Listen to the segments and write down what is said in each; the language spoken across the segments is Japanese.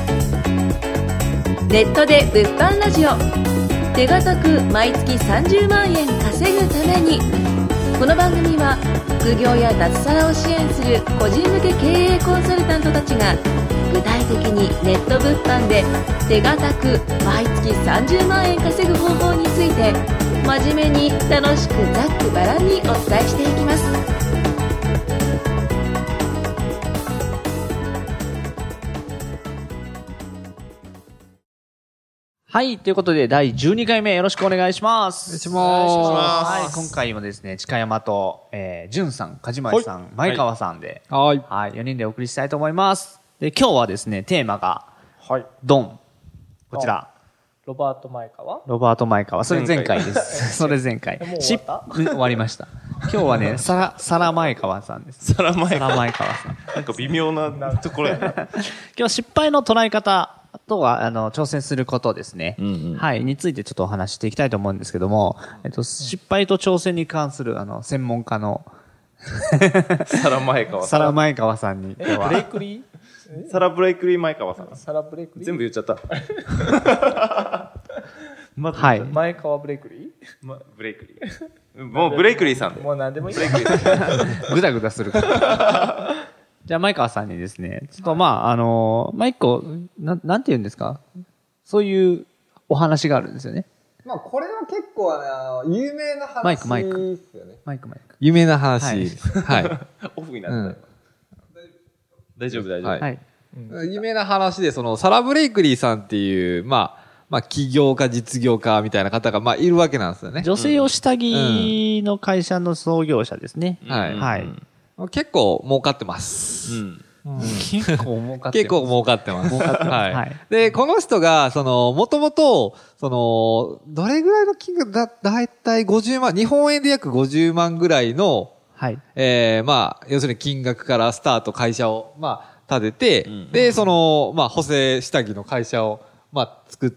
ネットで物販ラジオ、手堅く毎月30万円稼ぐために。この番組は副業や脱サラを支援する個人向け経営コンサルタントたちが具体的にネット物販で手堅く毎月30万円稼ぐ方法について真面目に楽しくざっくばらんにお伝えしていきます。 はい。ということで、第12回目よろしくお願いします。 お願いします。 はい。今回もですね、近山と、じゅんさん、かじまりさん、前川さんで、 はい。 はい。4人でお送りしたいと思います。で、今日はですね、テーマが、 はい。 ドン。こちら。 ロバート前川。 ロバート前川。それ前回です。それ前回。 もう終わった？ 終わりました。今日はね、サラ前川さんです。 サラ前川さん。 なんか微妙なところやな。 今日は失敗の捉え方とは、挑戦することですね。はい。についてちょっとお話ししていきたいと思うんですけども、失敗と挑戦に関する、専門家の、 サラ前川サラ前川さんに。 ブレイクリー？ サラブレイクリー前川さん。 サラブレイクリー？ 全部言っちゃった。 はい。 前川ブレイクリブレイクリー。もうブレイクリーさんで。 ー？もう何でもいい。 ブレイクリー。 ぐだぐだするから。じゃあ、前川さんにですね、ちょっと一個、なんて言うんですか？そういうお話があるんですよね。 まあ、これは結構有名な話ですよね。 マイク。 有名な話です。はい。 オフになった。大丈夫。 はい。有名な話で、サラブレイクリーさんっていう、まあ、起業家、実業家みたいな方が、いるわけなんですよね。 女性用下着の会社の創業者ですね。 はい。 はい。 結構儲かってます。 結構儲かってます。 結構儲かってます。 はい。 で、この人が、もともと、どれぐらいの金額だいたい50万、日本円で約50万ぐらいの、 はい。 要するに金額からスタート会社を、立てて、で、補正下着の会社を、作って、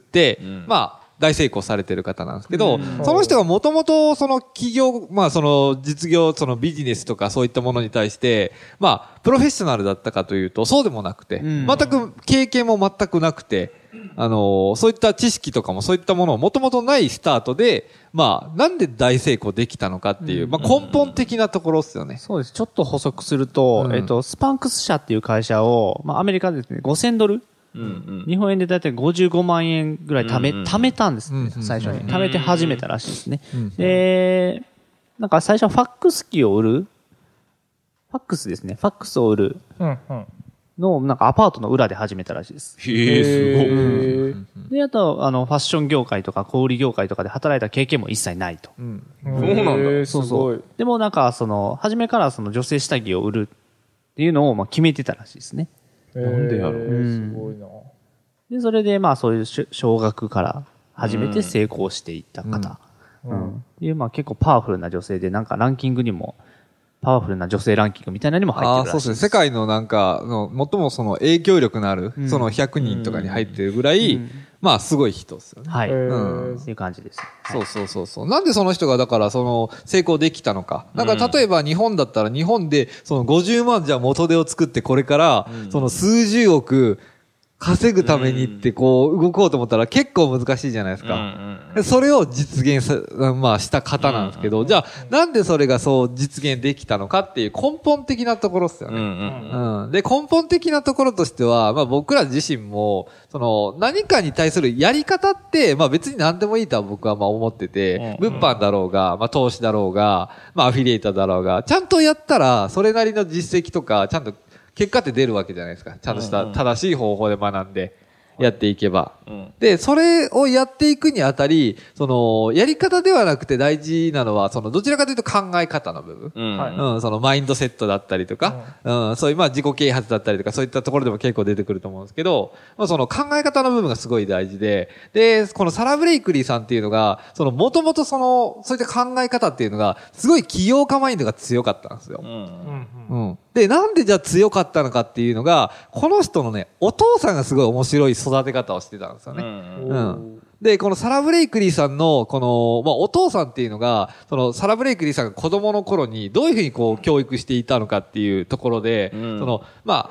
大成功されてる方なんですけど、その人がもともと企業、実業、ビジネスとかそういったものに対して、プロフェッショナルだったかというと、そうでもなくて、全く経験も全くなくて、そういった知識とかもそういったものをもともとないスタートで、なんで大成功できたのかっていう、根本的なところですよね。 そうです。ちょっと補足すると、スパンクス社っていう会社を、アメリカでですね、$5000、日本円でだいたい55万円ぐらい貯めたんですね、最初に。貯めて始めたらしいですね。で、なんか最初はファックス機を売る、ファックスですね、ファックスを売るの、なんかアパートの裏で始めたらしいです。 へえ、すごい。で、あと、ファッション業界とか小売業界とかで働いた経験も一切ないと。 そうなんだ。 そう。でもなんか、初めから女性下着を売るっていうのを決めてたらしいですね。 なんでやろう。 すごいな。 で、それでそういう少額から始めて成功していった方。いう結構パワフルな女性で、なんかランキングにも、パワフルな女性ランキングみたいなのにも入ってるらしいです。 そうですね。世界の最も影響力のある、100人とかに入ってるぐらい、すごい人ですよね。 はい。っていう感じです。 そう。なんでその人が、だから、成功できたのか。だから、例えば日本だったら、日本で、50万じゃ元手を作って、これから、数十億、稼ぐためにって動こうと思ったら結構難しいじゃないですか。それを実現した方なんですけど、じゃあなんでそれがそう実現できたのかっていう根本的なところですよね。で、根本的なところとしては、僕ら自身も、何かに対するやり方って、別に何でもいいとは僕は思ってて、物販だろうが、投資だろうが、アフィリエイターだろうが、ちゃんとやったら、それなりの実績とか、ちゃんと結果って出るわけじゃないですか。ちゃんとした正しい方法で学んでやっていけば。で、それをやっていくにあたり、やり方ではなくて大事なのは、どちらかというと考え方の部分。マインドセットだったりとか、そういう自己啓発だったりとか、そういったところでも結構出てくると思うんですけど、考え方の部分がすごい大事で、で、このサラ・ブレイクリーさんっていうのが、もともとそういった考え方っていうのが、すごい起業家マインドが強かったんですよ。で、なんでじゃあ強かったのかっていうのが、この人のね、お父さんがすごい面白い育て方をしてたんですよね。で、このサラ・ブレイクリーさんの、お父さんっていうのが、サラ・ブレイクリーさんが子供の頃にどういうふうに教育していたのかっていうところで、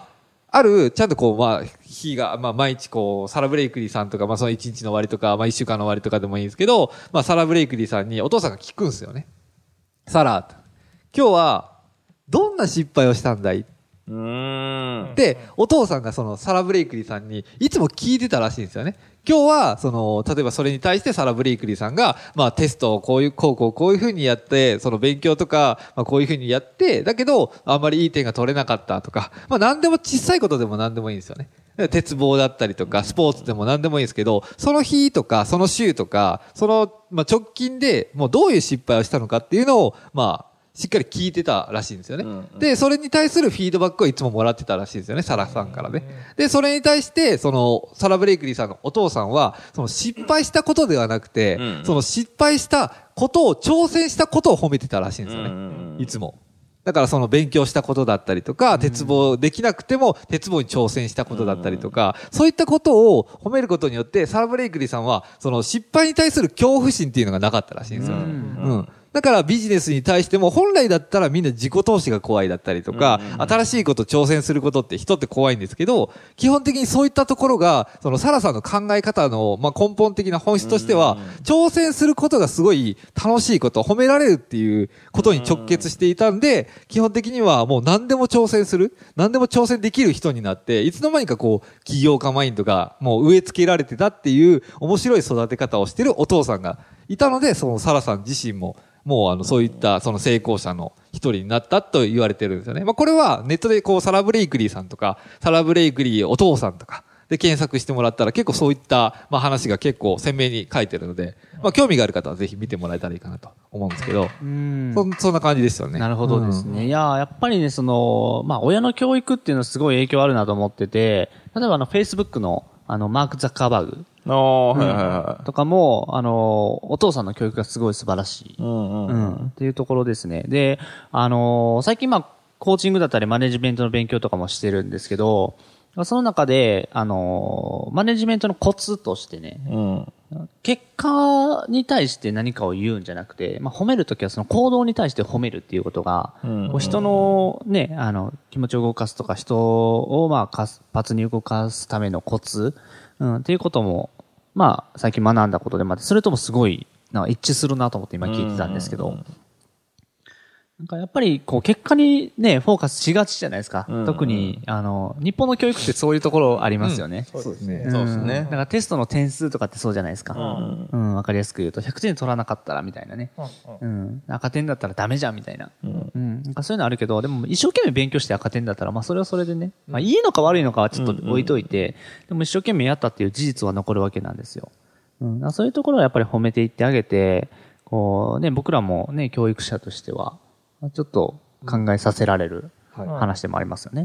ある、ちゃんとこう、まあ、日が、まあ、毎日こう、サラブレイクリーさんとか、まあ、その1日の終わりとか、まあ、1週間の終わりとかでもいいんですけど、まあ、サラブレイクリーさんにお父さんが聞くんですよね。サラ、今日は、どんな失敗をしたんだいで、お父さんがそのサラブレイクリーさんにいつも聞いてたらしいんですよね。今日は、その、例えばそれに対してサラブレイクリーさんが、まあテストをこういう風にやって、その勉強とか、まあこういう風にやって、だけど、あんまりいい点が取れなかったとか、まあ何でも小さいことでも何でもいいんですよね。鉄棒だったりとか、スポーツでも何でもいいんですけど、その日とか、その週とか、その、まあ直近でもうどういう失敗をしたのかっていうのを、まあ、しっかり聞いてたらしいんですよね。で、それに対するフィードバックをいつももらってたらしいんですよね、サラさんからね。で、それに対して、その、サラブレイクリーさんのお父さんは、その失敗したことではなくて、その失敗したことを、挑戦したことを褒めてたらしいんですよね。いつも。だからその勉強したことだったりとか、鉄棒できなくても鉄棒に挑戦したことだったりとか、そういったことを褒めることによって、サラブレイクリーさんは、その失敗に対する恐怖心っていうのがなかったらしいんですよ。だからビジネスに対しても本来だったらみんな自己投資が怖いだったりとか、新しいこと挑戦することって人って怖いんですけど、基本的にそういったところが、そのサラさんの考え方の、まあ、根本的な本質としては、挑戦することがすごい楽しいこと、褒められるっていうことに直結していたんで、基本的にはもう何でも挑戦する、何でも挑戦できる人になって、いつの間にかこう、起業家マインドがもう植え付けられてたっていう面白い育て方をしてるお父さんがいたので、そのサラさん自身も、もうそういったその成功者の一人になったと言われてるんですよね。まあこれはネットでこうサラブレイクリーさんとか、サラブレイクリーお父さんとかで検索してもらったら結構そういったまあ話が結構鮮明に書いてるので、まあ興味がある方はぜひ見てもらえたらいいかなと思うんですけど、そんな感じですよね。 なるほどですね。いややっぱりね、その、まあ親の教育っていうのはすごい影響あるなと思ってて、例えばFacebook のマーク・ザッカーバーグ。とかも、お父さんの教育がすごい素晴らしい。っていうところですね。で、最近コーチングだったりマネジメントの勉強とかもしてるんですけど、その中で、マネジメントのコツとしてね、結果に対して何かを言うんじゃなくて、まあ、褒めるときはその行動に対して褒めるっていうことが、人のね、気持ちを動かすとか、人を活発に動かすためのコツ、っていうことも、まあ、最近学んだことで、それともすごい、一致するなと思って今聞いてたんですけど、なんかやっぱり、こう、結果にね、フォーカスしがちじゃないですか。特に、日本の教育ってそういうところありますよね。 そうですね。 そうですね。 だからテストの点数とかってそうじゃないですか。わかりやすく言うと、100点取らなかったらみたいなね。赤点だったらダメじゃんみたいな。なんかそういうのあるけど、でも一生懸命勉強して赤点だったら、まあそれはそれでね、まあいいのか悪いのかはちょっと置いといて、でも一生懸命やったっていう事実は残るわけなんですよ。そういうところはやっぱり褒めていってあげて、こうね、僕らもね、教育者としては、ちょっと考えさせられる話でもありますよね。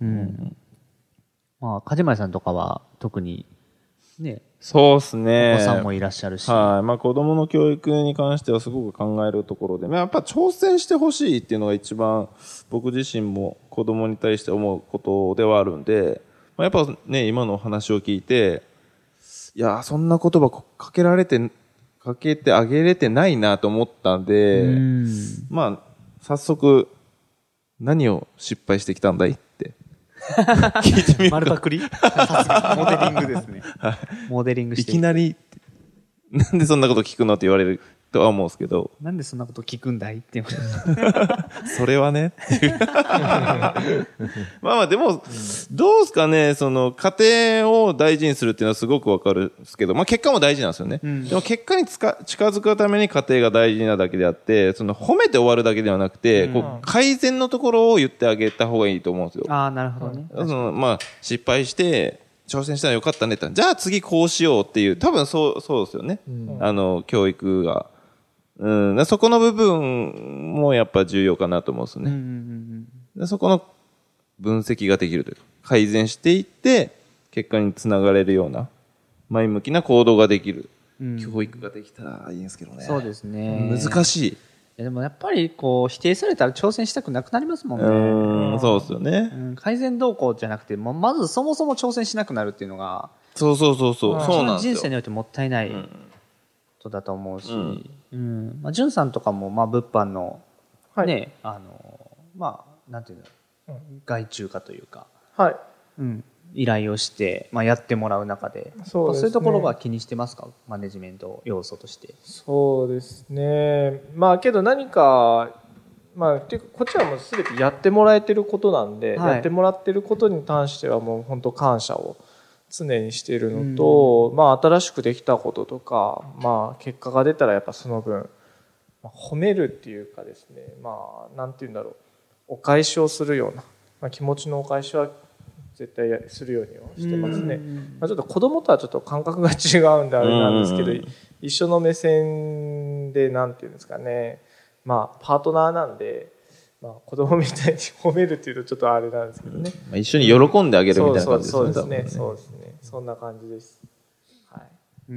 まあ、梶前さんとかは特にね、 そうですね。 お子さんもいらっしゃるし。 はい。まあ子供の教育に関してはすごく考えるところで、まあやっぱ挑戦してほしいっていうのが一番僕自身も子供に対して思うことではあるんで、まあ、やっぱね、今の話を聞いて、いや、そんな言葉かけてあげれてないなと思ったんで、まあ、早速、何を失敗してきたんだいって聞いてみる。 丸パクリモデリングですね。モデリングして。 いきなり、なんでそんなこと聞くのって言われるとは思うんですけど。 なんでそんなこと聞くんだいって言う。 それはね。まあでも、どうですかね、その家庭を大事にするっていうのはすごくわかるんですけど、まあ結果も大事なんですよね。でも結果に近づくために家庭が大事なだけであって、その褒めて終わるだけではなくて、こう改善のところを言ってあげた方がいいと思うんですよ。 ああ、なるほどね。 まあ失敗して、挑戦したらよかったねってじゃあ次こうしようっていう、多分そうですよね。教育が。そこの部分もやっぱ重要かなと思うんですよね。でそこの分析ができるというか、改善していって、結果につながれるような、前向きな行動ができる、教育ができたらいいんですけどね。 そうですね。 難しい。 でもやっぱりこう否定されたら挑戦したくなくなりますもんね。 そうですよね。 改善動向じゃなくて、まずそもそも挑戦しなくなるっていうのが、 そうなんですよ。 人生においてもったいないことだと思うし、まあ潤さんとかもまあ物販のね、まあなんていうの、外注化というか、 はい。 依頼をして、やってもらう中で、 そうですねいうところは気にしてますか、マネジメント要素として。 そうですね。けど何か、っていうかこっちはもう全てやってもらえてることなんで、やってもらってることに関してはもう本当感謝を常にしているのと、新しくできたこととか、結果が出たらやっぱその分、褒めるっていうかですね、なんて言うんだろう、お返しをするような、気持ちのお返しは絶対するようにはしてますね。ちょっと子供とはちょっと感覚が違うんであれなんですけど、一緒の目線でなんていうんですかね、パートナーなんで、子供みたいに褒めるっていうとちょっとあれなんですけどね。 一緒に喜んであげるみたいな感じですね。 そうですね。そうですね。そんな感じです。はい。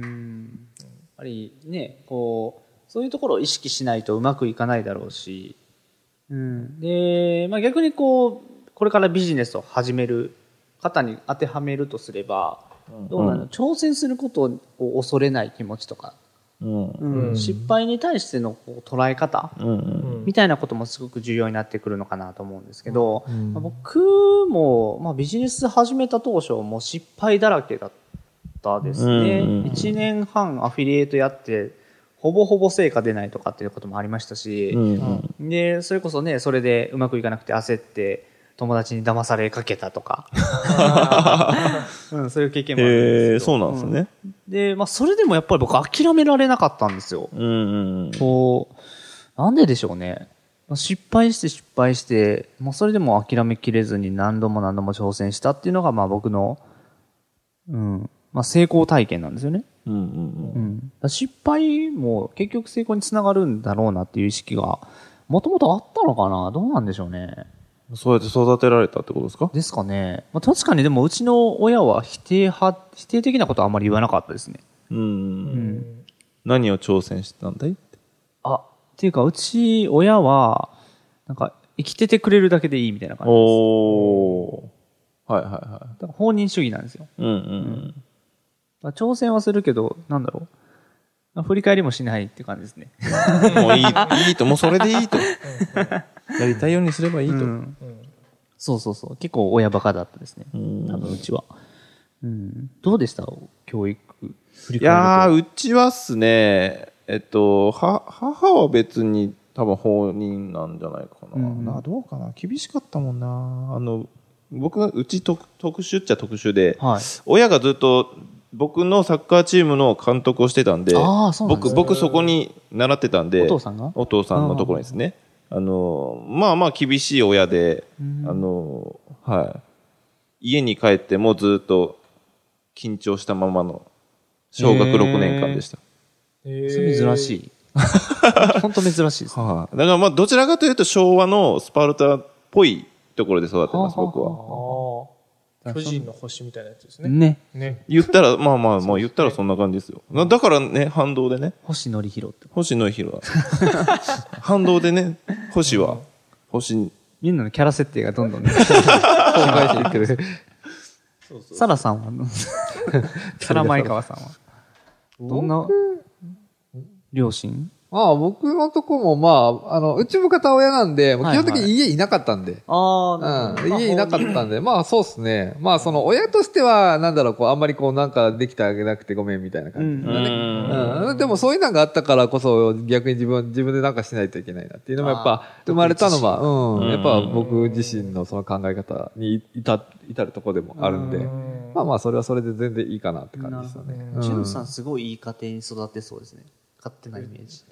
やっぱりね、そういうところを意識しないとうまくいかないだろうし、で、逆にこれからビジネスを始める方に当てはめるとすれば、どうなの、挑戦することを恐れない気持ちとか、失敗に対しての捉え方、みたいなこともすごく重要になってくるのかなと思うんですけど、僕も、ビジネス始めた当初もう失敗だらけだったですね。1年半アフィリエイトやってほぼほぼ成果出ないとかっていうこともありましたし、でそれこそね、それでうまくいかなくて焦って友達に騙されかけたとか、そういう経験もあるんですけど、 そうなんですね。 で、それでもやっぱり僕諦められなかったんですよ。なんででしょうね。失敗して、それでも諦めきれずに何度も挑戦したっていうのが僕の、成功体験なんですよね。失敗も結局成功につながるんだろうなっていう意識がもともとあったのかな。どうなんでしょうね。 そうやって育てられたってことですか？ ですかね。確かにでもうちの親は否定的なことはあんまり言わなかったですね。 何を挑戦してたんだい？ っていうかうち親はなんか生きててくれるだけでいいみたいな感じです。だから放任主義なんですよ。挑戦はするけど振り返りもしないっていう感じですね。 もういいと、もうそれでいいと。やりたいようにすればいいと。 そう。結構親バカだったですね。多分うちは。どうでした教育振り返ると。 いやー、うちはっすね、母は別に多分放任なんじゃないかな。どうかな。厳しかったもんな。僕がうち特殊っちゃ特殊で、親がずっと僕のサッカーチームの監督をしてたんで、僕そこに習ってたんで、お父さんのところにですね。厳しい親で、家に帰ってもずっと緊張したままの小学6年間でした。 それ珍しい。本当珍しいですね。 だからどちらかというと昭和のスパルタっぽいところで育ってます、僕は。 巨人の星みたいなやつですね。 言ったら、言ったらそんな感じですよ。だからね、反動でね。 星野弘って。 星野弘。反動でね、 みんなのキャラ設定がどんどんね、考えていってる。サラさんは、サラマイカワさんは、どんな両親？ 僕のとこもうちも片親なんで、基本的に家いなかったんで。家いなかったんで、そうっすね。その親としては、あんまりできてあげなくてごめんみたいな感じだね。でもそういうのがあったからこそ、逆に自分でしないといけないなっていうのもやっぱ、生まれたのは、やっぱ僕自身のその考え方に至るところでもあるんで、それはそれで全然いいかなって感じですよね。 ジュンさんすごいいい家庭に育ってそうですね。勝手なイメージ。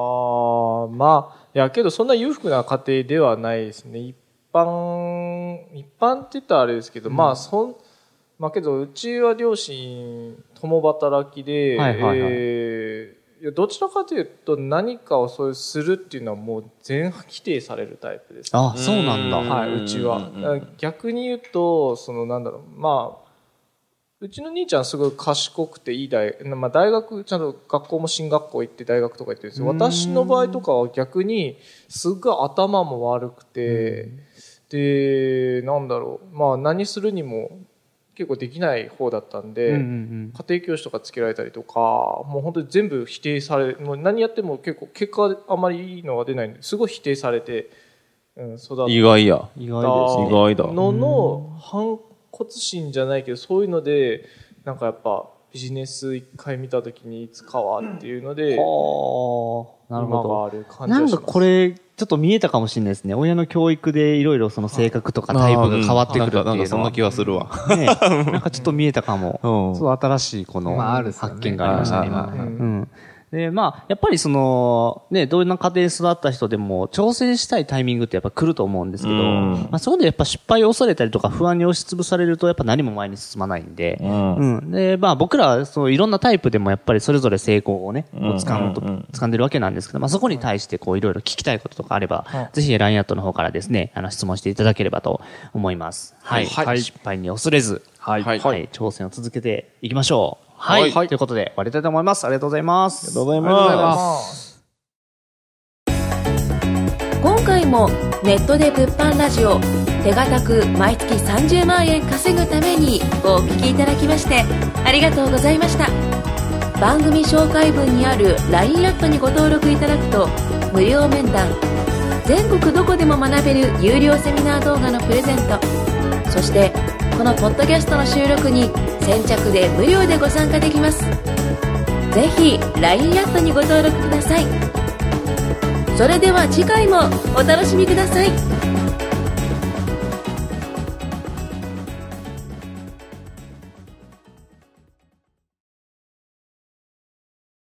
いやけどそんな裕福な家庭ではないですね。一般って言ったらあれですけど、けどうちは両親共働きで、どちらかというと何かをそういうするっていうのはもう全否定されるタイプです。 そうなんだ。 うちは。逆に言うとうちの兄ちゃんすごい賢くていい大学ちゃんと学校も進学校行って大学とか行ってるんですよ。私の場合とかは逆にすっごい頭も悪くて、で何するにも結構できない方だったんで、家庭教師とかつけられたりとか、もう本当に全部否定され、もう何やっても結構結果あんまりいいのが出ないんですごい否定されて、育った意外や。 意外です。 意外だ。 の骨心じゃないけどそういうのでなんかやっぱビジネス一回見たときにいつかはっていうので、 なるほど。 今がある感じがします。 なんかこれ、ちょっと見えたかもしれないですね。親の教育でいろいろその性格とかタイプが変わってくるっていうのは。 なんかそんな気がするわ。 ね、なんかちょっと見えたかも。そう新しいこの発見がありましたね、今。で、まあ、やっぱりその、ね、どんな家庭で育った人でも、挑戦したいタイミングってやっぱ来ると思うんですけど、まあ、そこでやっぱ失敗を恐れたりとか不安に押しつぶされると、やっぱ何も前に進まないんで、で、まあ僕らは、そう、いろんなタイプでもやっぱりそれぞれ成功をね、掴んでるわけなんですけど、まあそこに対してこういろいろ聞きたいこととかあれば、ぜひ LINE アットの方からですね、質問していただければと思います。はい。失敗に恐れず、挑戦を続けていきましょう。はい。ということで、終わりたいと思います。ありがとうございます。 ありがとうございます。 今回もネットで物販ラジオ手堅く毎月30万円稼ぐためにお聞きいただきましてありがとうございました。番組紹介文にある LINE アットにご登録いただくと無料面談、全国どこでも学べる有料セミナー動画のプレゼント、そしてこのポッドキャストの収録に先着で無料でご参加できます。ぜひ LINE アットにご登録ください。それでは次回もお楽しみください。